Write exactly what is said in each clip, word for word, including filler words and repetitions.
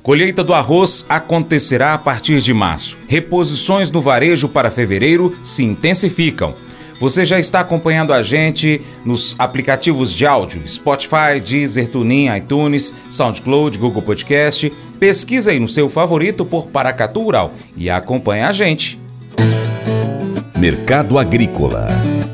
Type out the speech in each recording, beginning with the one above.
Colheita do arroz acontecerá a partir de março. Reposições no varejo para fevereiro se intensificam. Você já está acompanhando a gente nos aplicativos de áudio Spotify, Deezer, TuneIn, iTunes, SoundCloud, Google Podcast. Pesquisa aí no seu favorito por Paracatu Rural e acompanha a gente. Mercado Agrícola.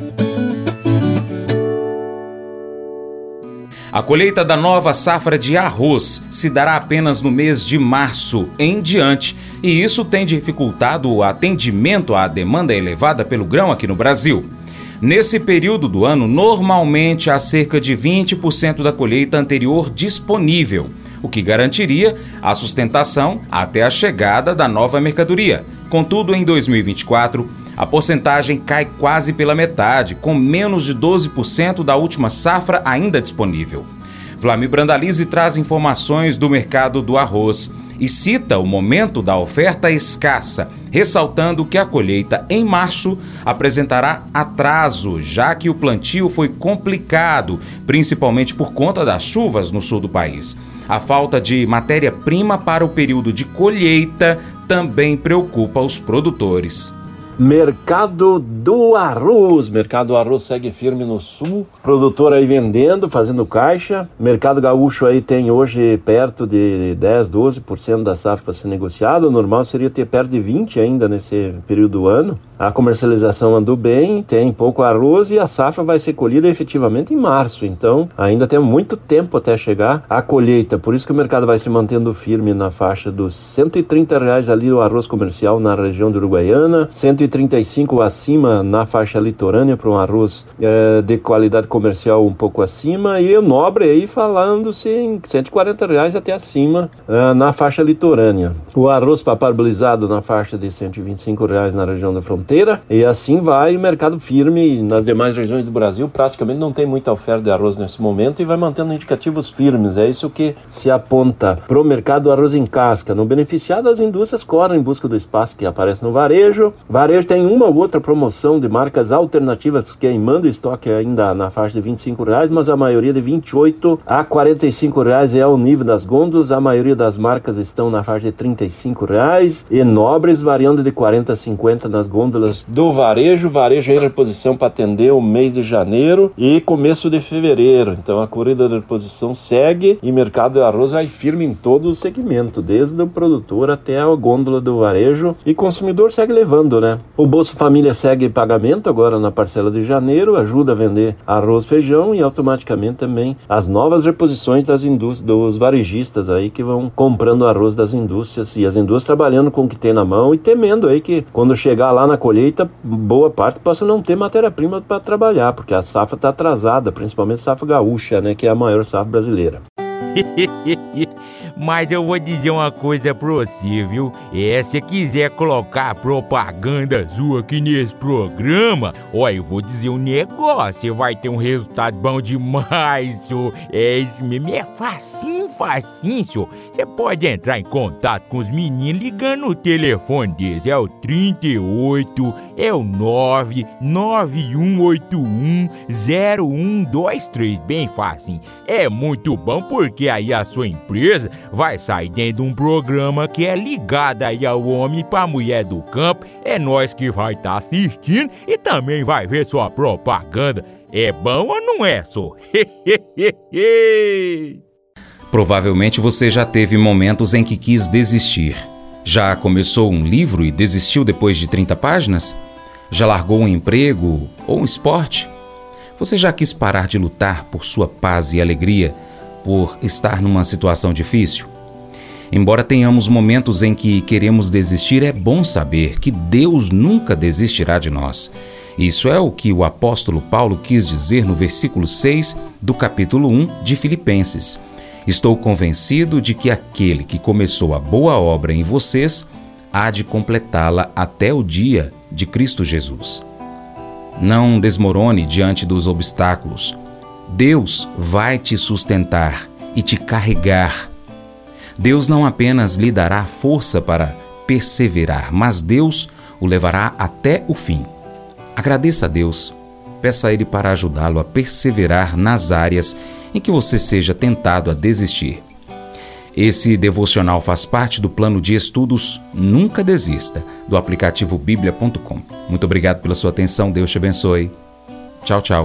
A colheita da nova safra de arroz se dará apenas no mês de março em diante, e isso tem dificultado o atendimento à demanda elevada pelo grão aqui no Brasil. Nesse período do ano, normalmente há cerca de vinte por cento da colheita anterior disponível, o que garantiria a sustentação até a chegada da nova mercadoria. Contudo, em dois mil e vinte e quatro, a porcentagem cai quase pela metade, com menos de doze por cento da última safra ainda disponível. Vlamir Brandalize traz informações do mercado do arroz e cita o momento da oferta escassa, ressaltando que a colheita em março apresentará atraso, já que o plantio foi complicado, principalmente por conta das chuvas no sul do país. A falta de matéria-prima para o período de colheita também preocupa os produtores. Mercado do arroz. Mercado do arroz segue firme no sul. Produtor aí vendendo, fazendo caixa. Mercado gaúcho aí tem hoje perto de dez, doze por cento da safra para ser negociado. O normal seria ter perto de vinte por cento ainda nesse período do ano. A comercialização andou bem, tem pouco arroz e a safra vai ser colhida efetivamente em março. Então ainda tem muito tempo até chegar a colheita. Por isso que o mercado vai se mantendo firme na faixa dos cento e trinta reais ali o arroz comercial na região de Uruguaiana. cento e trinta e cinco acima na faixa litorânea para um arroz é, de qualidade comercial um pouco acima, e o nobre aí falando-se em cento e quarenta reais até acima é, na faixa litorânea. O arroz parbolizado na faixa de cento e vinte e cinco reais na região da fronteira, e assim vai o mercado firme nas demais regiões do Brasil. Praticamente não tem muita oferta de arroz nesse momento e vai mantendo indicativos firmes. É isso que se aponta para o mercado do arroz em casca. No beneficiado, as indústrias correm em busca do espaço que aparece no varejo. Varejo tem uma ou outra promoção de marcas alternativas queimando estoque ainda na faixa de vinte e cinco reais, mas a maioria de vinte e oito a quarenta e cinco reais é o nível das gôndolas. A maioria das marcas estão na faixa de trinta e cinco reais e nobres variando de quarenta a cinquenta nas gôndolas do varejo. Varejo em reposição para atender o mês de janeiro e começo de fevereiro. Então a corrida de reposição segue e mercado de arroz vai firme em todo o segmento, desde o produtor até a gôndola do varejo, e consumidor segue levando, né? O Bolsa Família segue pagamento agora na parcela de janeiro, ajuda a vender arroz, feijão e automaticamente também as novas reposições das indústrias, dos varejistas aí que vão comprando arroz das indústrias, e as indústrias trabalhando com o que tem na mão e temendo aí que quando chegar lá na colheita, boa parte possa não ter matéria-prima para trabalhar, porque a safra está atrasada, principalmente a safra gaúcha, né, que é a maior safra brasileira. Mas eu vou dizer uma coisa pra você, viu? É, se quiser colocar propaganda sua aqui nesse programa, ó, eu vou dizer um negócio, você vai ter um resultado bom demais, senhor. É isso mesmo, é facinho, facinho, senhor. Você pode entrar em contato com os meninos ligando no telefone deles, é o trinta e oito, é o nove nove um oito um zero um dois três, bem facinho. É muito bom porque aí a sua empresa vai sair dentro de um programa que é ligado aí ao homem para a mulher do campo. É nós que vai estar tá assistindo e também vai ver sua propaganda. É bom ou não é, só? Provavelmente você já teve momentos em que quis desistir. Já começou um livro e desistiu depois de trinta páginas? Já largou um emprego ou um esporte? Você já quis parar de lutar por sua paz e alegria, por estar numa situação difícil? Embora tenhamos momentos em que queremos desistir, é bom saber que Deus nunca desistirá de nós. Isso é o que o apóstolo Paulo quis dizer no versículo seis do capítulo um de Filipenses. Estou convencido de que aquele que começou a boa obra em vocês há de completá-la até o dia de Cristo Jesus. Não desmorone diante dos obstáculos. Deus vai te sustentar e te carregar. Deus não apenas lhe dará força para perseverar, mas Deus o levará até o fim. Agradeça a Deus. Peça a Ele para ajudá-lo a perseverar nas áreas em que você seja tentado a desistir. Esse devocional faz parte do plano de estudos Nunca Desista, do aplicativo bíblia ponto com. Muito obrigado pela sua atenção, Deus te abençoe. Tchau, tchau.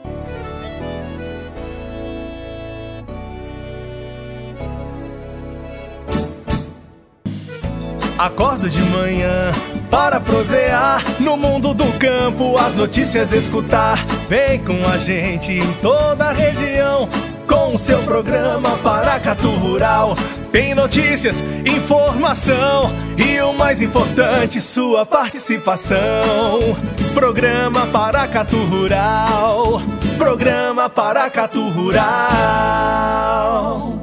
Acordo de manhã para prosear no mundo do campo, as notícias escutar. Vem com a gente em toda a região com o seu programa Paracatu Rural. Tem notícias, informação e o mais importante, sua participação. Programa Paracatu Rural. Programa Paracatu Rural.